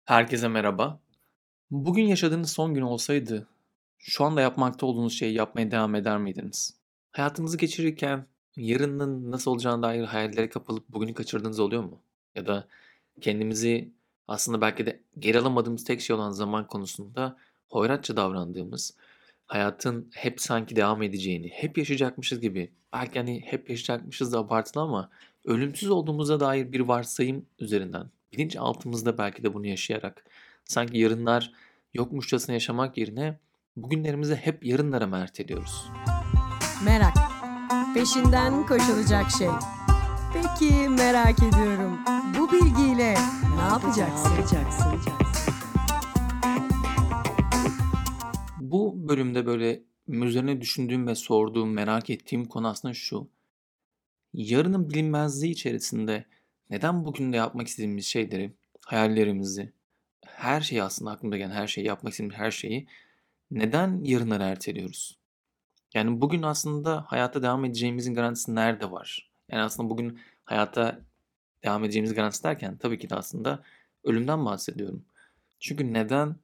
Herkese merhaba. Bugün yaşadığınız son gün olsaydı, şu anda yapmakta olduğunuz şeyi yapmaya devam eder miydiniz? Hayatınızı geçirirken yarının nasıl olacağına dair hayallere kapılıp bugünü kaçırdığınız oluyor mu? Ya da kendimizi aslında belki de geri alamadığımız tek şey olan zaman konusunda hoyratça davrandığımız, hayatın hep sanki devam edeceğini, hep yaşayacakmışız gibi, belki hani hep yaşayacakmışız da abartılı ama ölümsüz olduğumuza dair bir varsayım üzerinden, bilinçaltımızda belki de bunu yaşayarak, sanki yarınlar yokmuşçasına yaşamak yerine bugünlerimizi hep yarınlara mı erteliyoruz? Merak. Peşinden koşulacak şey. Peki merak ediyorum. Bu bilgiyle ne yapacaksın? Bu bölümde böyle üzerine düşündüğüm ve sorduğum, merak ettiğim konu aslında şu. Yarının bilinmezliği içerisinde neden bugün de yapmak istediğimiz şeyleri, hayallerimizi, her şeyi aslında aklımda gelen her şeyi, yapmak istediğimiz her şeyi neden yarınlara erteliyoruz? Yani bugün aslında hayata devam edeceğimizin garantisi nerede var? Yani aslında bugün hayata devam edeceğimiz garantisi derken tabii ki de aslında ölümden bahsediyorum. Çünkü neden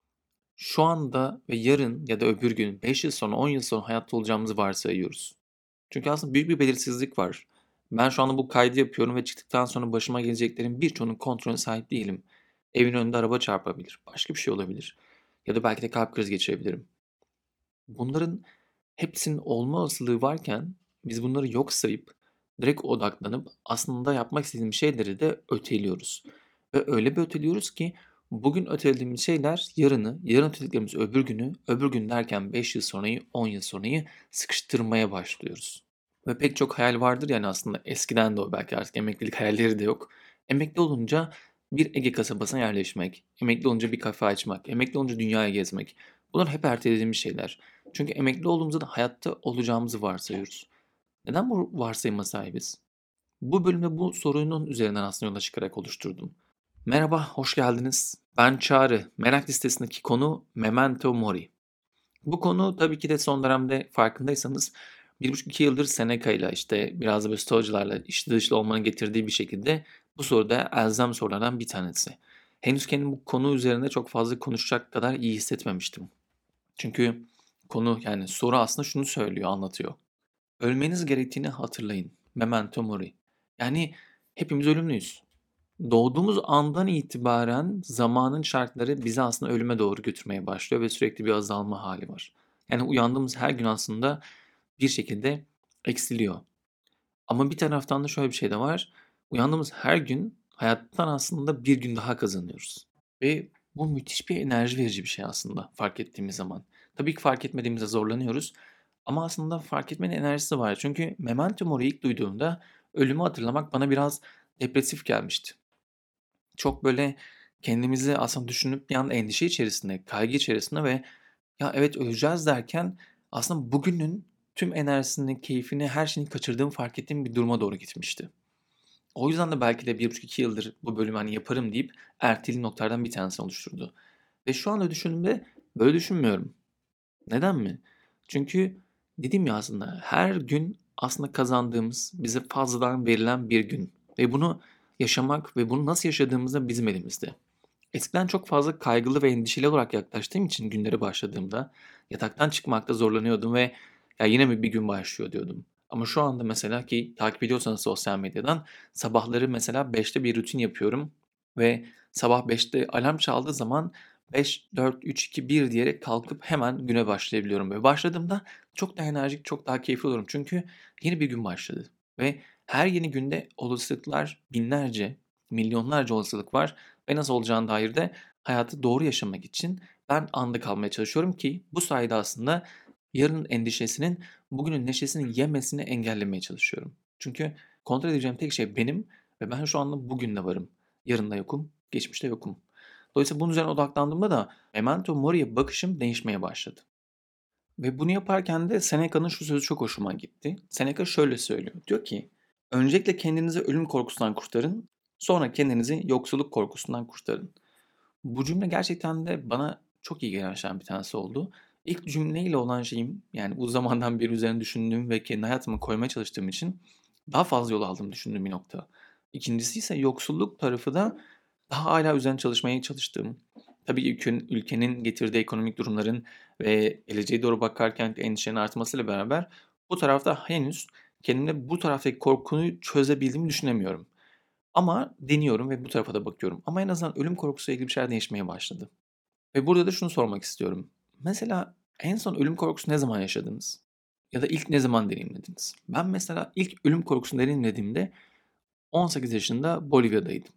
şu anda ve yarın ya da öbür gün 5 yıl sonra 10 yıl sonra hayatta olacağımızı varsayıyoruz. Çünkü aslında büyük bir belirsizlik var. Ben şu anda bu kaydı yapıyorum ve çıktıktan sonra başıma geleceklerin birçoğunun kontrolüne sahip değilim. Evin önünde araba çarpabilir, başka bir şey olabilir. Ya da belki de kalp krizi geçirebilirim. Bunların hepsinin olma olasılığı varken biz bunları yok sayıp direkt odaklanıp aslında yapmak istediğimiz şeyleri de öteliyoruz. Ve öyle bir öteliyoruz ki bugün ötelediğimiz şeyler yarını, yarın ötelediklerimiz öbür günü, öbür gün derken 5 yıl sonrayı, 10 yıl sonrayı sıkıştırmaya başlıyoruz. Ve pek çok hayal vardır yani aslında eskiden de o belki artık emeklilik hayalleri de yok. Emekli olunca bir Ege kasabasına yerleşmek, emekli olunca bir kafe açmak, emekli olunca dünyaya gezmek. Bunlar hep ertelediğimiz şeyler. Çünkü emekli olduğumuzda da hayatta olacağımızı varsayıyoruz. Neden bu varsayıma sahibiz? Bu bölümde bu sorunun üzerinden aslında yola çıkarak oluşturdum. Merhaba, hoş geldiniz. Ben Çağrı. Merak listesindeki konu Memento Mori. Bu konu tabii ki de son dönemde farkındaysanız 1,5-2 yıldır Seneca ile işte biraz da böyle stoacılarla içli dışlı olmanın getirdiği bir şekilde bu soruda elzem sorulardan bir tanesi. Henüz kendimi bu konu üzerinde çok fazla konuşacak kadar iyi hissetmemiştim. Çünkü konu yani soru aslında şunu söylüyor, anlatıyor. Ölmeniz gerektiğini hatırlayın. Memento mori. Yani hepimiz ölümlüyüz. Doğduğumuz andan itibaren zamanın şartları bizi aslında ölüme doğru götürmeye başlıyor ve sürekli bir azalma hali var. Yani uyandığımız her gün aslında bir şekilde eksiliyor. Ama bir taraftan da şöyle bir şey de var. Uyandığımız her gün hayattan aslında bir gün daha kazanıyoruz. Ve bu müthiş bir enerji verici bir şey aslında fark ettiğimiz zaman. Tabii ki fark etmediğimizde zorlanıyoruz. Ama aslında fark etmenin enerjisi var. Çünkü Memento Mori'yi ilk duyduğumda ölümü hatırlamak bana biraz depresif gelmişti. Çok böyle kendimizi aslında düşünüp bir anda endişe içerisinde, kaygı içerisinde ve ya evet öleceğiz derken aslında bugünün tüm enerjisini, keyfini, her şeyini kaçırdığımı fark ettiğim bir duruma doğru gitmişti. O yüzden de belki de 1,5-2 yıldır bu bölümü hani yaparım deyip ertelediğim noktalardan bir tanesini oluşturdu. Ve şu anda düşündüğümde böyle düşünmüyorum. Neden mi? Çünkü dedim ya aslında her gün aslında kazandığımız, bize fazladan verilen bir gün. Ve bunu yaşamak ve bunu nasıl yaşadığımız da bizim elimizde. Eskiden çok fazla kaygılı ve endişeli olarak yaklaştığım için günleri başladığımda yataktan çıkmakta zorlanıyordum ve ya yine mi bir gün başlıyor diyordum. Ama şu anda mesela ki takip ediyorsanız sosyal medyadan sabahları mesela 5'te bir rutin yapıyorum ve sabah 5'te alarm çaldığı zaman 5, 4, 3, 2, 1 diyerek kalkıp hemen güne başlayabiliyorum ve başladığımda çok daha enerjik, çok daha keyifli olurum. Çünkü yeni bir gün başladı ve her yeni günde olasılıklar binlerce, milyonlarca olasılık var ve nasıl olacağına dair de hayatı doğru yaşamak için ben anda kalmaya çalışıyorum ki bu sayede aslında yarının endişesinin bugünün neşesini yemesini engellemeye çalışıyorum. Çünkü kontrol edeceğim tek şey benim ve ben şu anda bugün de varım. Yarın da yokum, geçmişte yokum. Dolayısıyla bunun üzerine odaklandığımda da Memento Mori'ye bakışım değişmeye başladı. Ve bunu yaparken de Seneca'nın şu sözü çok hoşuma gitti. Seneca şöyle söylüyor. Diyor ki, öncelikle kendinizi ölüm korkusundan kurtarın, sonra kendinizi yoksulluk korkusundan kurtarın. Bu cümle gerçekten de bana çok iyi gelen şeylerden bir tanesi oldu. İlk cümleyle olan şeyim yani bu zamandan beri üzerine düşündüğüm ve kendi hayatıma koymaya çalıştığım için daha fazla yol aldığımı düşündüğüm bir nokta. İkincisi ise yoksulluk tarafı da Daha hala üzerine çalışmaya çalıştığım, tabii ki ülkenin getirdiği ekonomik durumların ve geleceğe doğru bakarken endişenin artmasıyla beraber bu tarafta henüz kendimde bu taraftaki korkuyu çözebildiğimi düşünemiyorum. Ama deniyorum ve bu tarafa da bakıyorum. Ama en azından ölüm korkusuyla ilgili bir şeyler değişmeye başladı. Ve burada da şunu sormak istiyorum. Mesela en son ölüm korkusu ne zaman yaşadınız? Ya da ilk ne zaman deneyimlediniz? Ben mesela ilk ölüm korkusunu deneyimlediğimde 18 yaşında Bolivya'daydım.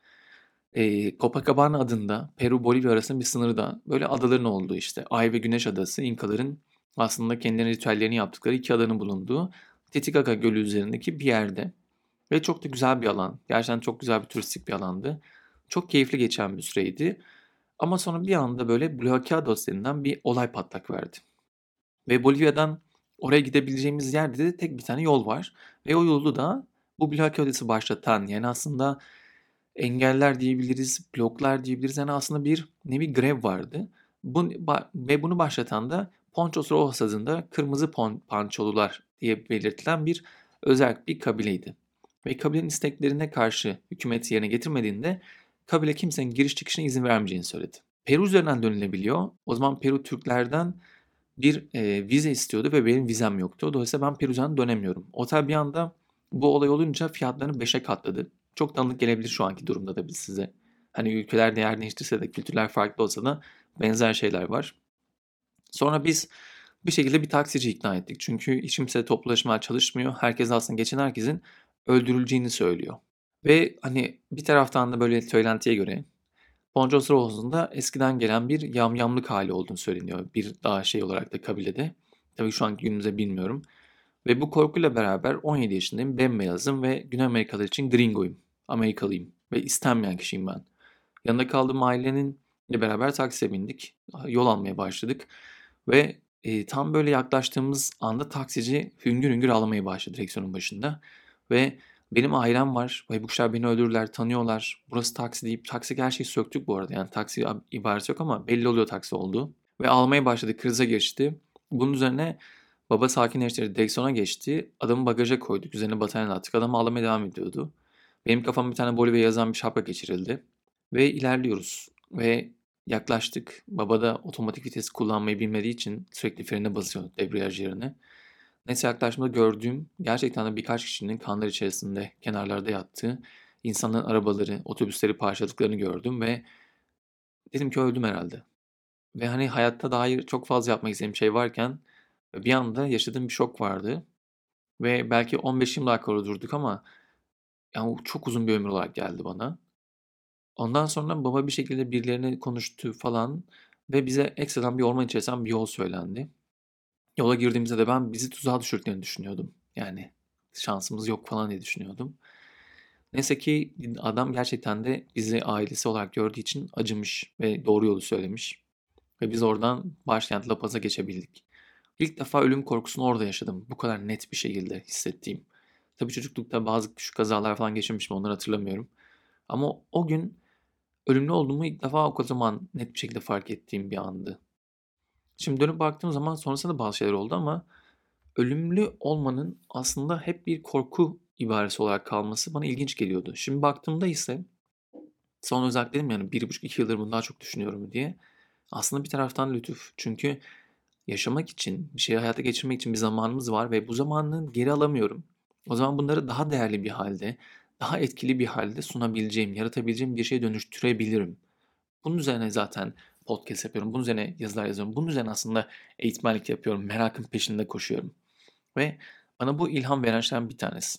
Copacabana adında Peru-Bolivya arasında bir sınırda böyle adaların olduğu işte Ay ve Güneş Adası İnkaların aslında kendilerine ritüellerini yaptıkları iki adanın bulunduğu Titicaca Gölü üzerindeki bir yerde. Ve çok da güzel bir alan. Gerçekten çok güzel bir turistik bir alandı. Çok keyifli geçen bir süreydi. Ama sonra bir anda böyle blokeados denilen bir olay patlak verdi. Ve Bolivya'dan oraya gidebileceğimiz yerde de tek bir tane yol var. Ve o yolu da bu blokeadası başlatan yani aslında engeller diyebiliriz, bloklar diyebiliriz. Yani aslında bir nevi grev vardı. Ve bunu başlatan da Ponchos Rojos adında kırmızı pançolular diye belirtilen bir özel bir kabileydi. Ve kabilenin isteklerine karşı hükümet yerine getirmediğinde kabile kimsenin giriş çıkışına izin vermeyeceğini söyledi. Peru üzerinden dönülebiliyor. O zaman Peru Türklerden bir vize istiyordu ve benim vizem yoktu. Dolayısıyla ben Peru üzerinden dönemiyorum. Otel bir anda bu olay olunca fiyatlarını 5'e katladı. Çok tanıdık gelebilir şu anki durumda da biz size. Hani ülkeler de yer değiştirse de kültürler farklı olsa da benzer şeyler var. Sonra biz bir şekilde bir taksici ikna ettik. Çünkü hiç kimse toplu taşıma çalışmıyor. Herkes aslında geçen herkesin öldürüleceğini söylüyor. Ve hani bir taraftan da böyle söylentiye göre Boncos Rosos'un da eskiden gelen bir yamyamlık hali olduğunu söyleniyor. Bir daha şey olarak da kabilede. Tabii şu anki günümüzde bilmiyorum. Ve bu korkuyla beraber 17 yaşındayım, bembeyazım ve Güney Amerikalılar için gringoyum. Amerikalıyım ve istenmeyen kişiyim ben. Yanında kaldığım ailenin ile beraber taksiye bindik. Yol almaya başladık. Ve tam böyle yaklaştığımız anda taksici hüngür hüngür ağlamaya başladı direksiyonun başında. Ve benim ailem var. Ve bu kuşlar beni öldürürler, tanıyorlar. Burası taksi deyip taksi gerçeği söktük bu arada. Yani taksi ibaresi yok ama belli oluyor taksi olduğu. Ve ağlamaya başladı, krize geçti. Bunun üzerine baba sakinleştirdi, direksiyona geçti. Adamı bagaja koyduk, üzerine batarya attık. Adam ağlamaya devam ediyordu. Benim kafama bir tane Bolivya yazan bir şapka geçirildi. Ve ilerliyoruz. Ve yaklaştık. Baba da otomatik vites kullanmayı bilmediği için sürekli frene basıyor debriyaj yerine. Neyse yaklaştığımda gördüğüm gerçekten de birkaç kişinin kanlar içerisinde kenarlarda yattığı, insanların arabaları, otobüsleri parçaladıklarını gördüm ve dedim ki öldüm herhalde. Ve hani hayatta dair çok fazla yapmak istediğim şey varken bir anda yaşadığım bir şok vardı. Ve belki 15-20 dakika orada durduk ama yani o çok uzun bir ömür olarak geldi bana. Ondan sonra baba bir şekilde birilerine konuştu falan ve bize ekstradan bir orman içerisinden bir yol söylendi. Yola girdiğimizde de ben bizi tuzağa düşürdüklerini düşünüyordum. Yani şansımız yok falan diye düşünüyordum. Neyse ki adam gerçekten de bizi ailesi olarak gördüğü için acımış ve doğru yolu söylemiş. Ve biz oradan başkent La Paz'a geçebildik. İlk defa ölüm korkusunu orada yaşadım. Bu kadar net bir şekilde hissettiğim. Tabii çocuklukta bazı küçük kazalar falan geçirmişim, onları hatırlamıyorum. Ama o gün ölümlü olduğumu ilk defa o zaman net bir şekilde fark ettiğim bir andı. Şimdi dönüp baktığım zaman sonrasında da bazı şeyler oldu ama ölümlü olmanın aslında hep bir korku ibaresi olarak kalması bana ilginç geliyordu. Şimdi baktığımda ise son özellikle dedim yani 1,5-2 yıldır bunu daha çok düşünüyorum diye. Aslında bir taraftan lütuf. Çünkü yaşamak için, bir şeyi hayata geçirmek için bir zamanımız var ve bu zamanı geri alamıyorum. O zaman bunları daha değerli bir halde, daha etkili bir halde sunabileceğim, yaratabileceğim bir şeye dönüştürebilirim. Bunun üzerine zaten podcast yapıyorum. Bunun üzerine yazılar yazıyorum. Bunun üzerine aslında eğitmenlik yapıyorum. Merakın peşinde koşuyorum. Ve bana bu ilham veren şeylerden bir tanesi.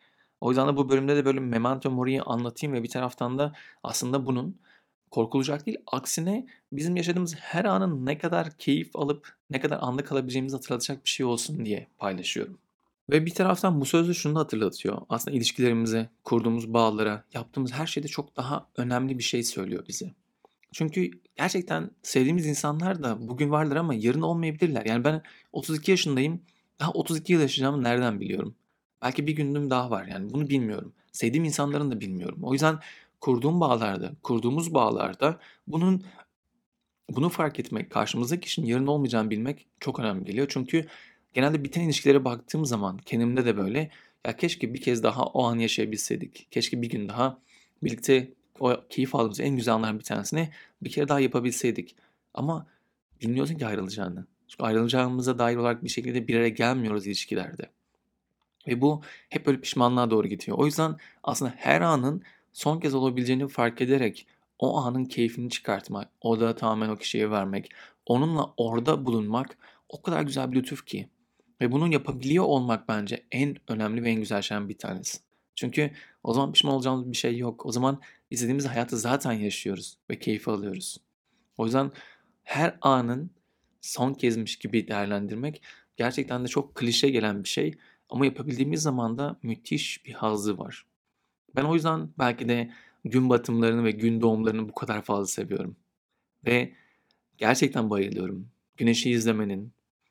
O yüzden de bu bölümde de böyle Memento Mori'yi anlatayım ve bir taraftan da aslında bunun korkulacak değil, aksine bizim yaşadığımız her anın ne kadar keyif alıp ne kadar anda kalabileceğimizi hatırlatacak bir şey olsun diye paylaşıyorum. Ve bir taraftan bu sözü şunu da hatırlatıyor. Aslında ilişkilerimize, kurduğumuz bağlara, yaptığımız her şeyde çok daha önemli bir şey söylüyor bize. Çünkü gerçekten sevdiğimiz insanlar da bugün varlar ama yarın olmayabilirler. Yani ben 32 yaşındayım. Daha 32 yıl yaşayacağımı nereden biliyorum? Belki bir günüm daha var yani bunu bilmiyorum. Sevdiğim insanların da bilmiyorum. O yüzden kurduğumuz bağlarda bunu fark etmek, karşımızdaki kişinin yarın olmayacağını bilmek çok önemli geliyor. Çünkü genelde biten ilişkilere baktığım zaman kendimde de böyle ya keşke bir kez daha o an yaşayabilseydik. Keşke bir gün daha birlikte o keyif aldığımız en güzel anların bir tanesini bir kere daha yapabilseydik. Ama bilmiyorsun ki ayrılacağını. Çünkü ayrılacağımıza dair olarak bir şekilde bir araya gelmiyoruz ilişkilerde. Ve bu hep böyle pişmanlığa doğru gidiyor. O yüzden aslında her anın son kez olabileceğini fark ederek o anın keyfini çıkartmak, o da tamamen o kişiye vermek, onunla orada bulunmak o kadar güzel bir lütuf ki. Ve bunu yapabiliyor olmak bence en önemli ve en güzel şeyden bir tanesi. Çünkü o zaman pişman olacağımız bir şey yok. O zaman istediğimiz hayatı zaten yaşıyoruz ve keyif alıyoruz. O yüzden her anın son kezmiş gibi değerlendirmek gerçekten de çok klişe gelen bir şey ama yapabildiğimiz zaman da müthiş bir hazzı var. Ben o yüzden belki de gün batımlarını ve gün doğumlarını bu kadar fazla seviyorum ve gerçekten bayılıyorum. Güneşi izlemenin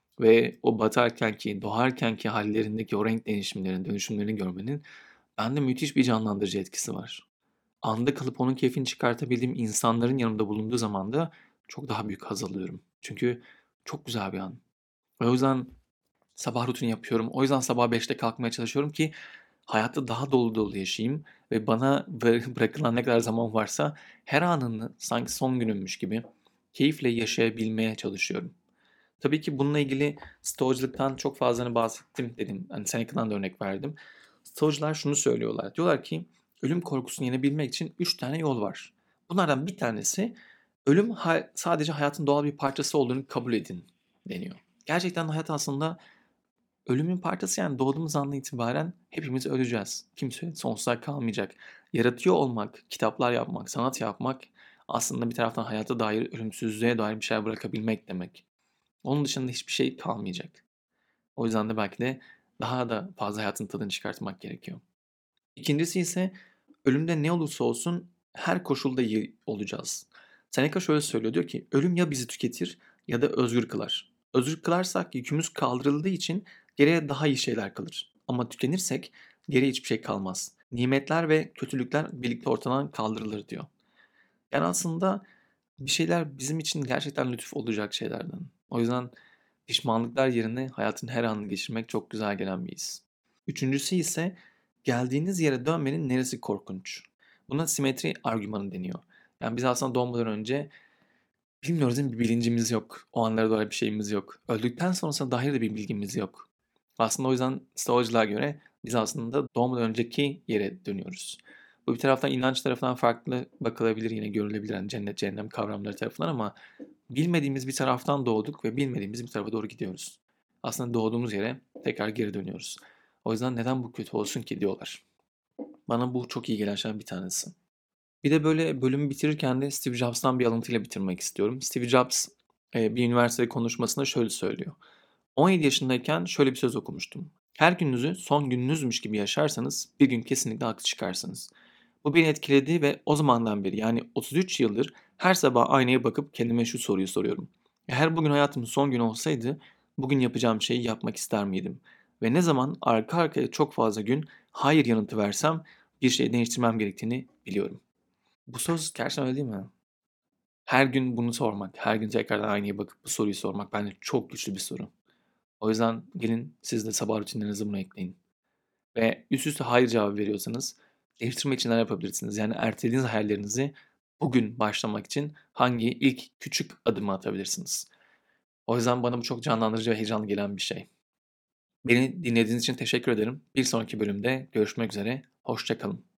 ve o batarkenki, doğarkenki hallerindeki o renk değişimlerini, dönüşümlerini görmenin bende müthiş bir canlandırıcı etkisi var. Anda kalıp onun keyfini çıkartabildiğim insanların yanımda bulunduğu zaman da çok daha büyük haz alıyorum. Çünkü çok güzel bir an. Ve o yüzden sabah rutini yapıyorum. O yüzden sabah 5'te kalkmaya çalışıyorum ki hayatta daha dolu dolu yaşayayım ve bana bırakılan ne kadar zaman varsa her anını sanki son günümmüş gibi keyifle yaşayabilmeye çalışıyorum. Tabii ki bununla ilgili Stoacılıktan çok fazla bahsettim dedim. Hani Seneca'dan da örnek verdim. Stoacılar şunu söylüyorlar. Diyorlar ki ölüm korkusunu yenebilmek için 3 tane yol var. Bunlardan bir tanesi ölüm sadece hayatın doğal bir parçası olduğunu kabul edin deniyor. Gerçekten hayat aslında ölümün parçası, yani doğduğumuz andan itibaren hepimiz öleceğiz. Kimse sonsuza kalmayacak. Yaratıyor olmak, kitaplar yapmak, sanat yapmak aslında bir taraftan hayata dair, ölümsüzlüğe dair bir şeyler bırakabilmek demek. Onun dışında hiçbir şey kalmayacak. O yüzden de belki de daha da fazla hayatın tadını çıkartmak gerekiyor. İkincisi ise ölümde ne olursa olsun her koşulda iyi olacağız. Seneca şöyle söylüyor, diyor ki ölüm ya bizi tüketir ya da özgür kılar. Özgür kılarsak yükümüz kaldırıldığı için geriye daha iyi şeyler kalır. Ama tükenirsek geriye hiçbir şey kalmaz. Nimetler ve kötülükler birlikte ortadan kaldırılır diyor. Yani aslında bir şeyler bizim için gerçekten lütuf olacak şeylerden. O yüzden pişmanlıklar yerine hayatın her anını geçirmek çok güzel gelen bir his. Üçüncüsü ise geldiğiniz yere dönmenin neresi korkunç? Buna simetri argümanı deniyor. Yani biz aslında doğmadan önce bilmiyoruz, değil mi? Bir bilincimiz yok. O anlara dair bir şeyimiz yok. Öldükten sonrasına dair de bir bilgimiz yok. Aslında o yüzden Stoacılara göre biz aslında doğmadan önceki yere dönüyoruz. Bu bir taraftan inanç tarafından farklı bakılabilir, yine görülebilir, hani cennet cehennem kavramları tarafından, ama bilmediğimiz bir taraftan doğduk ve bilmediğimiz bir tarafa doğru gidiyoruz. Aslında doğduğumuz yere tekrar geri dönüyoruz. O yüzden neden bu kötü olsun ki diyorlar. Bana bu çok iyi gelen şeylerden bir tanesi. Bir de böyle bölümü bitirirken de Steve Jobs'tan bir alıntıyla bitirmek istiyorum. Steve Jobs bir üniversite konuşmasında şöyle söylüyor. 17 yaşındayken şöyle bir söz okumuştum. Her gününüzü son gününüzmüş gibi yaşarsanız bir gün kesinlikle haklı çıkarsınız. Bu beni etkiledi ve o zamandan beri, yani 33 yıldır her sabah aynaya bakıp kendime şu soruyu soruyorum. Eğer bugün hayatımın son günü olsaydı bugün yapacağım şeyi yapmak ister miydim? Ve ne zaman arka arkaya çok fazla gün hayır yanıtı versem bir şey değiştirmem gerektiğini biliyorum. Bu söz gerçekten öyle değil mi? Her gün bunu sormak, her gün tekrardan aynaya bakıp bu soruyu sormak bence çok güçlü bir soru. O yüzden gelin siz de sabah rutinlerinize bunu ekleyin. Ve üst üste hayır cevabı veriyorsanız değiştirmek için neler yapabilirsiniz? Yani ertelediğiniz hayallerinizi bugün başlamak için hangi ilk küçük adımı atabilirsiniz? O yüzden bana bu çok canlandırıcı ve heyecanlı gelen bir şey. Beni dinlediğiniz için teşekkür ederim. Bir sonraki bölümde görüşmek üzere. Hoşça kalın.